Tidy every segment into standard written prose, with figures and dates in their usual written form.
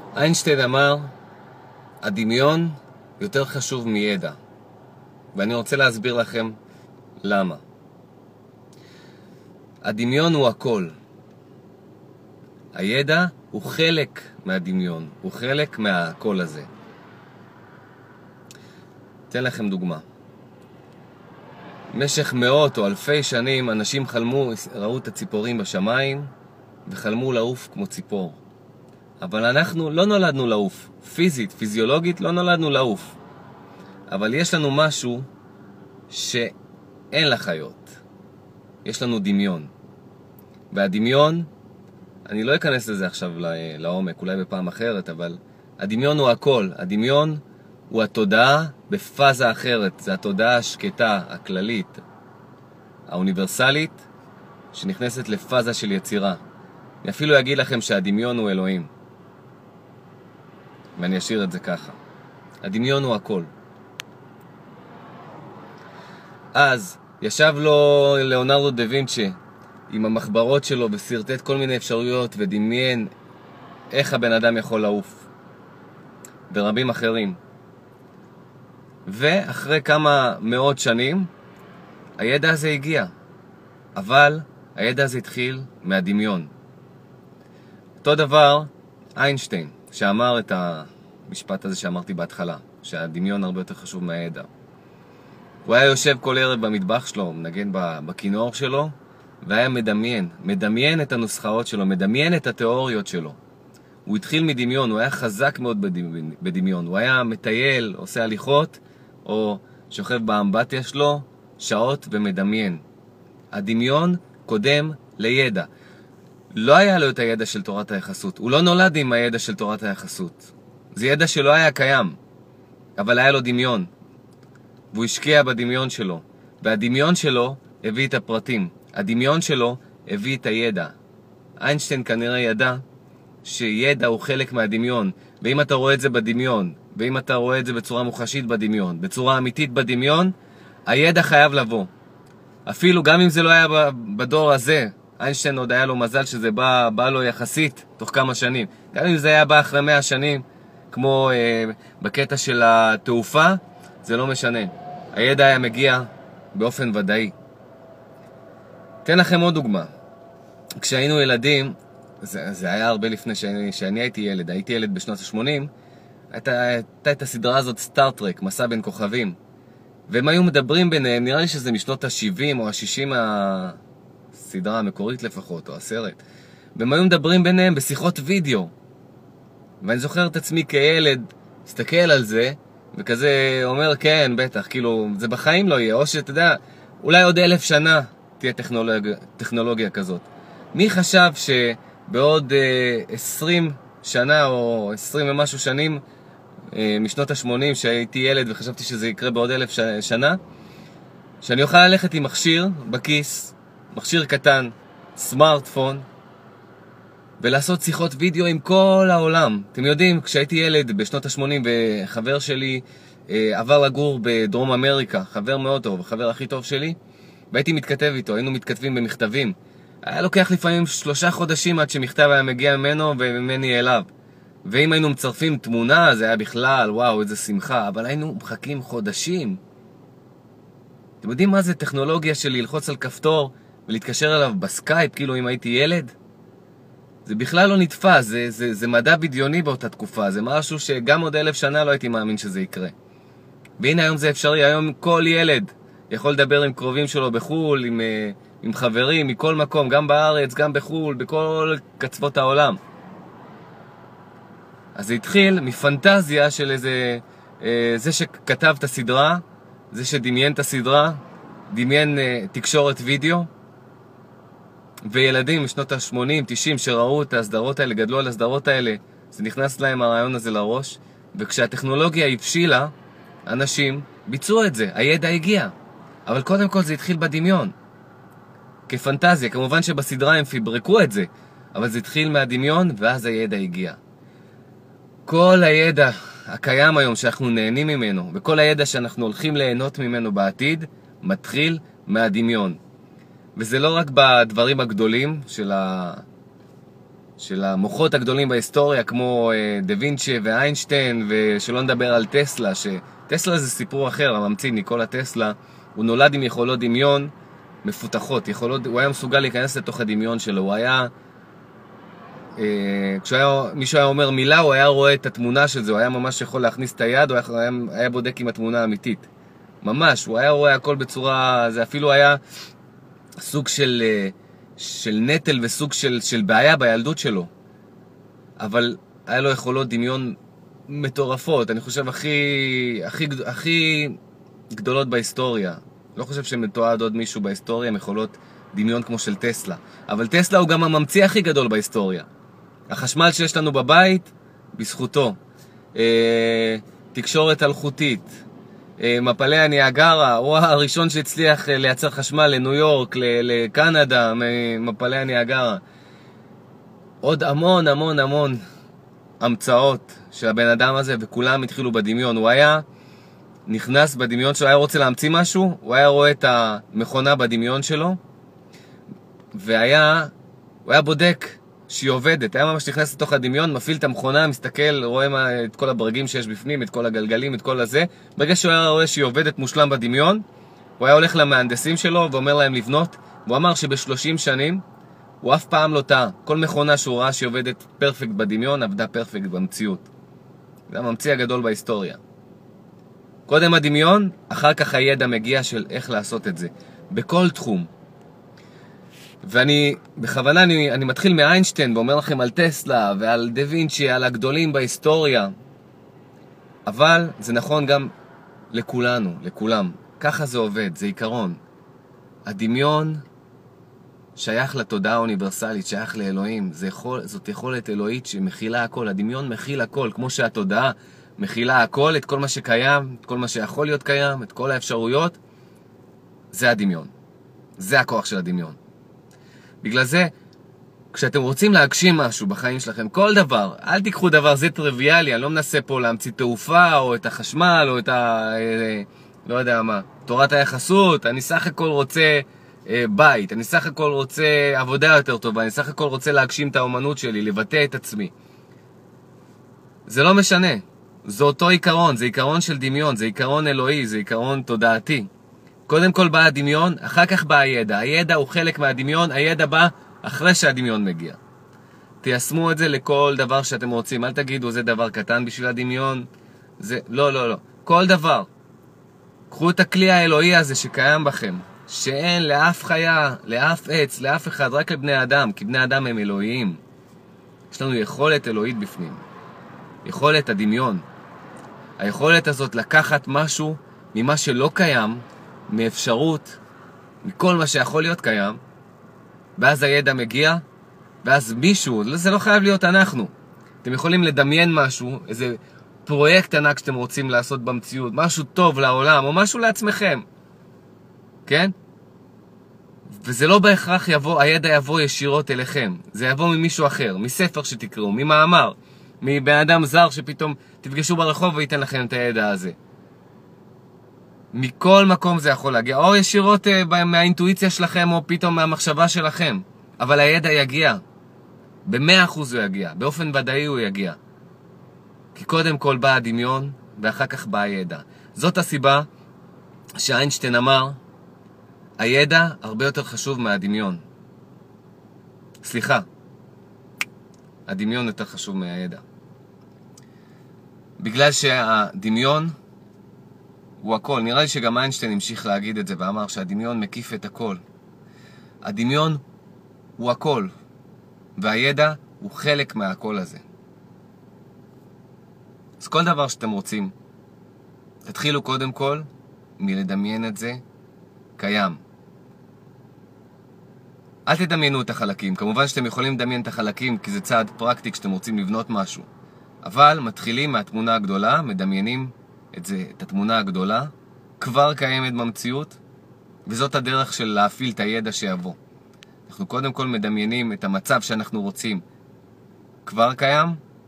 איינשטיין אמר, הדמיון יותר חשוב מידע. ואני רוצה להסביר לכם למה. הדמיון הוא הכל. הידע הוא חלק מהדמיון, הוא חלק מהכל הזה. אתן לכם דוגמה. במשך מאות או אלפי שנים אנשים חלמו, ראו את הציפורים בשמיים וחלמו לעוף כמו ציפור. אבל אנחנו לא נולדנו לעוף. פיזית, פיזיולוגית לא נולדנו לעוף. אבל יש לנו משהו שאין לחיות. יש לנו דמיון. והדמיון, אני לא אכנס לזה עכשיו לעומק, אולי בפעם אחרת, אבל הדמיון הוא הכל. הדמיון הוא התודעה בפאזה אחרת. זה התודעה השקטה, הכללית, האוניברסלית, שנכנסת לפאזה של יצירה. אני אפילו אגיד לכם שהדמיון הוא אלוהים. ואני אשאיר את זה ככה. הדמיון הוא הכל. אז ישב לו ליאונרדו דה וינצ'י עם המחברות שלו וסרטט כל מיני אפשרויות ודמיין איך הבן אדם יכול לעוף. ורבים אחרים. ואחרי כמה מאות שנים הידע הזה הגיע. אבל הידע הזה התחיל מהדמיון. אותו דבר איינשטיין, שאמר את המשפט הזה שאמרתי בהתחלה, שהדמיון הרבה יותר חשוב מהידע. הוא היה יושב כל ערב במטבח שלו, מנגן בכינור שלו, והיה מדמיין את הנוסחאות שלו, מדמיין את התיאוריות שלו. הוא התחיל מדמיון, הוא היה חזק מאוד בדמיון. הוא היה מטייל, עושה הליכות, או שוכב באמבטיה שלו, שעות ומדמיין. הדמיון קודם לידע. לא היה לו את הידע של תורת היחסות. הוא לא נולד עם הידע של תורת היחסות. זה ידע שלא היה קיים. אבל היה לו דמיון. והוא השקיע בדמיון שלו. והדמיון שלו הביא את הפרטים. הדמיון שלו הביא את הידע. איינשטיין כנראה ידע שידע הוא חלק מהדמיון. ואם אתה רואה את זה בדמיון, ואם אתה רואה את זה בצורה מוחשית בדמיון, בצורה אמיתית בדמיון, הידע חייב לבוא. אפילו גם אם זה לא היה בדור הזה, איינשטיין עוד היה לו מזל שזה בא לו יחסית תוך כמה שנים. גם אם זה היה בא אחרי 100 שנים, כמו בקטע של התעופה, זה לא משנה. הידע היה מגיע באופן ודאי. אתן לכם עוד דוגמה. כשהיינו ילדים, זה היה הרבה לפני שאני הייתי ילד, הייתי ילד בשנות ה-80, הייתה את הסדרה הזאת סטארטרק, מסע בין כוכבים. והם היו מדברים ביניהם, נראה לי שזה משנות ה-70 או ה-60 הסדרה המקורית לפחות, או הסרט. והם היו מדברים ביניהם בשיחות וידאו. ואני זוכר את עצמי כילד, מסתכל על זה, וכזה אומר, כן, בטח, כאילו, זה בחיים לא יהיה, או שאתה יודע, אולי עוד 1000 שנה תהיה טכנולוגיה כזאת. מי חשב שבעוד 20 שנה או 20 ומשהו שנים, משנות ה-80 שהייתי ילד וחשבתי שזה יקרה בעוד 1000 שנה, שאני אוכל ללכת עם מכשיר בכיס, מכשיר קטן, סמארטפון, ולעשות שיחות וידאו עם כל העולם. אתם יודעים, כשהייתי ילד בשנות ה-80 וחבר שלי עבר לגור בדרום אמריקה, חבר מאוד טוב, החבר הכי טוב שלי, והייתי מתכתב איתו, היינו מתכתבים במכתבים. היה לוקח לפעמים 3 חודשים עד שמכתב היה מגיע ממנו וממני אליו. ואם היינו מצרפים תמונה, זה היה בכלל, וואו, איזה שמחה, אבל היינו מחכים חודשים. אתם יודעים מה זה טכנולוגיה של ללחוץ על כפתור ולהתקשר אליו בסקייפ, כאילו אם הייתי ילד? זה בכלל לא נתפס, זה מדע בדיוני באותה תקופה, זה משהו שגם עוד 1000 שנה לא הייתי מאמין שזה יקרה. והנה היום זה אפשרי, היום כל ילד יכול לדבר עם קרובים שלו בחול, עם חברים, מכל מקום, גם בארץ, גם בחול, בכל קצוות העולם. אז זה התחיל מפנטזיה של איזה, זה שכתב את הסדרה, זה שדמיין את הסדרה, דמיין תקשורת וידאו, וילדים משנות ה-80, 90 שראו את הסדרות האלה, גדלו על הסדרות האלה, זה נכנס להם הרעיון הזה לראש, וכשהטכנולוגיה הבשילה, אנשים ביצעו את זה, הידע הגיע. אבל קודם כל זה התחיל בדמיון, כפנטזיה. כמובן שבסדרה הם פיברקו את זה, אבל זה התחיל מהדמיון, ואז הידע הגיע. כל הידע הקיים היום שאנחנו נהנים ממנו, וכל הידע שאנחנו הולכים ליהנות ממנו בעתיד, מתחיל מהדמיון. וזה לא רק בדברים הגדולים של המוחות הגדולים בהיסטוריה, כמו דה וינצ'י ואיינשטיין, ושלא נדבר על טסלה, שטסלה זה סיפור אחר, הממציא ניקולה טסלה, הוא נולד עם יכולות דמיון מפותחות, הוא היה מסוגל להיכנס לתוך הדמיון שלו, הוא היה, כשמישהו היה אומר מילה, הוא היה רואה את התמונה של זה, הוא היה ממש יכול להכניס את היד, הוא היה בודק עם התמונה האמיתית. ממש, הוא היה רואה הכל בצורה, זה אפילו היה סוג של נטל וסוג של בעיה בילדות שלו. אבל היה לו יכולות דמיון מטורפות, אני חושב הכי גדולות בהיסטוריה. לא חושב שמתועד עוד מישהו בהיסטוריה עם יכולות דמיון כמו של טסלה. אבל טסלה הוא גם הממציא הכי גדול בהיסטוריה. החשמל שיש לנו בבית, בזכותו. תקשורת אלחוטית. מפלי הניאגרה, הוא הראשון שהצליח לייצר חשמל לניו יורק, לקנדה, מפלי הניאגרה. עוד המון המון המון המצאות של הבן אדם הזה, וכולם התחילו בדמיון. הוא היה נכנס בדמיון שלו, היה רוצה להמציא משהו, הוא היה רואה את המכונה בדמיון שלו, הוא היה בודק שהיא עובדת, היה ממש נכנס לתוך הדמיון, מפעיל את המכונה, מסתכל, רואה את כל הברגים שיש בפנים, את כל הגלגלים, את כל הזה. ברגע שהוא היה רואה שהיא עובדת מושלם בדמיון, הוא היה הולך למהנדסים שלו ואומר להם לבנות, והוא אמר שב-30 שנים הוא אף פעם לא טעה. כל מכונה שהוא ראה שהיא עובדת פרפקט בדמיון, עבדה פרפקט במציאות. זה הממציא הגדול בהיסטוריה. קודם הדמיון, אחר כך הידע מגיע של איך לעשות את זה. בכל תחום. ואני, בכוונה, אני מתחיל מאיינשטיין ואומר לכם על טסלה ועל דה וינצ'י, על הגדולים בהיסטוריה. אבל זה נכון גם לכולנו, לכולם. ככה זה עובד, זה עיקרון. הדמיון שייך לתודעה האוניברסלית, שייך לאלוהים. זאת יכולת אלוהית שמכילה הכל. הדמיון מכיל הכל, כמו שהתודעה מכילה הכל, את כל מה שקיים, את כל מה שיכול להיות קיים, את כל האפשרויות. זה הדמיון. זה הכוח של הדמיון. בגלל זה, כשאתם רוצים להגשים משהו בחיים שלכם, כל דבר, אל תיקחו דבר, זה טריוויאלי, אני לא מנסה פה להמציא תעופה, או את החשמל, או את לא יודע מה, תורת היחסות, אני סך הכל רוצה בית, אני סך הכל רוצה עבודה יותר טובה, אני סך הכל רוצה להגשים את האומנות שלי, לבטא את עצמי. זה לא משנה, זה אותו עיקרון, זה עיקרון של דמיון, זה עיקרון אלוהי, זה עיקרון תודעתי. קודם כל בא הדמיון, אחר כך בא הידע. הידע הוא חלק מהדמיון, הידע בא אחרי שהדמיון מגיע. תיישמו את זה לכל דבר שאתם רוצים. אל תגידו, זה דבר קטן בשביל הדמיון. לא, לא, לא. כל דבר. קחו את הכלי האלוהי הזה שקיים בכם, שאין לאף חיה, לאף עץ, לאף אחד, רק לבני אדם, כי בני אדם הם אלוהיים. יש לנו יכולת אלוהית בפנים. יכולת הדמיון. היכולת הזאת לקחת משהו ממה שלא קיים, מאפשרות, מכל מה שיכול להיות קיים, ואז הידע מגיע, ואז מישהו, זה לא חייב להיות אנחנו. אתם יכולים לדמיין משהו, איזה פרויקט ענק שאתם רוצים לעשות במציאות, משהו טוב לעולם, או משהו לעצמכם. כן? וזה לא בהכרח הידע יבוא ישירות אליכם. זה יבוא ממישהו אחר, מספר שתקראו, ממאמר, מבן אדם זר שפתאום תפגשו ברחוב וייתן לכם את הידע הזה. מכל מקום זה יכול להגיע, או ישירות מהאינטואיציה שלכם, או פתאום מהמחשבה שלכם. אבל הידע יגיע. ב100% הוא יגיע. באופן ודאי הוא יגיע. כי קודם כל בא הדמיון, ואחר כך בא הידע. זאת הסיבה שאיינשטיין אמר, הידע הרבה יותר חשוב מהדמיון. סליחה. הדמיון יותר חשוב מהידע. בגלל שהדמיון הוא הכל. נראה לי שגם איינשטיין המשיך להגיד את זה ואמר שהדמיון מקיף את הכל. הדמיון הוא הכל, והידע הוא חלק מהכל הזה. אז כל דבר שאתם רוצים, תתחילו קודם כל מלדמיין את זה קיים. אל תדמיינו את החלקים. כמובן שאתם יכולים לדמיין את החלקים כי זה צעד פרקטי כשאתם רוצים לבנות משהו. אבל מתחילים מהתמונה הגדולה, מדמיינים את התמונה הגדולה, כבר קיימת במציאות, וזאת הדרך של להפעיל את הידע שיבוא. אנחנו קודם כל מדמיינים את המצב שאנחנו רוצים, כבר קיים,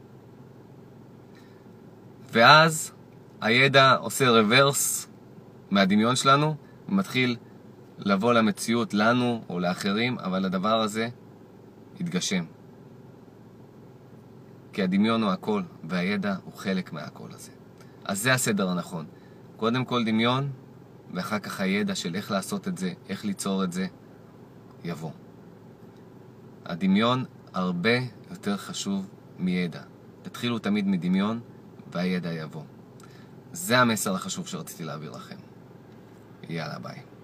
ואז הידע עושה רוורס מהדמיון שלנו, ומתחיל לבוא למציאות לנו או לאחרים, אבל הדבר הזה יתגשם. כי הדמיון הוא הכל, והידע הוא חלק מהכל הזה. אז זה הסדר הנכון. קודם כל דמיון, ואחר כך הידע של איך לעשות את זה, איך ליצור את זה, יבוא. הדמיון הרבה יותר חשוב מידע. תתחילו תמיד מדמיון, והידע יבוא. זה המסר החשוב שרציתי להעביר לכם. יאללה, ביי.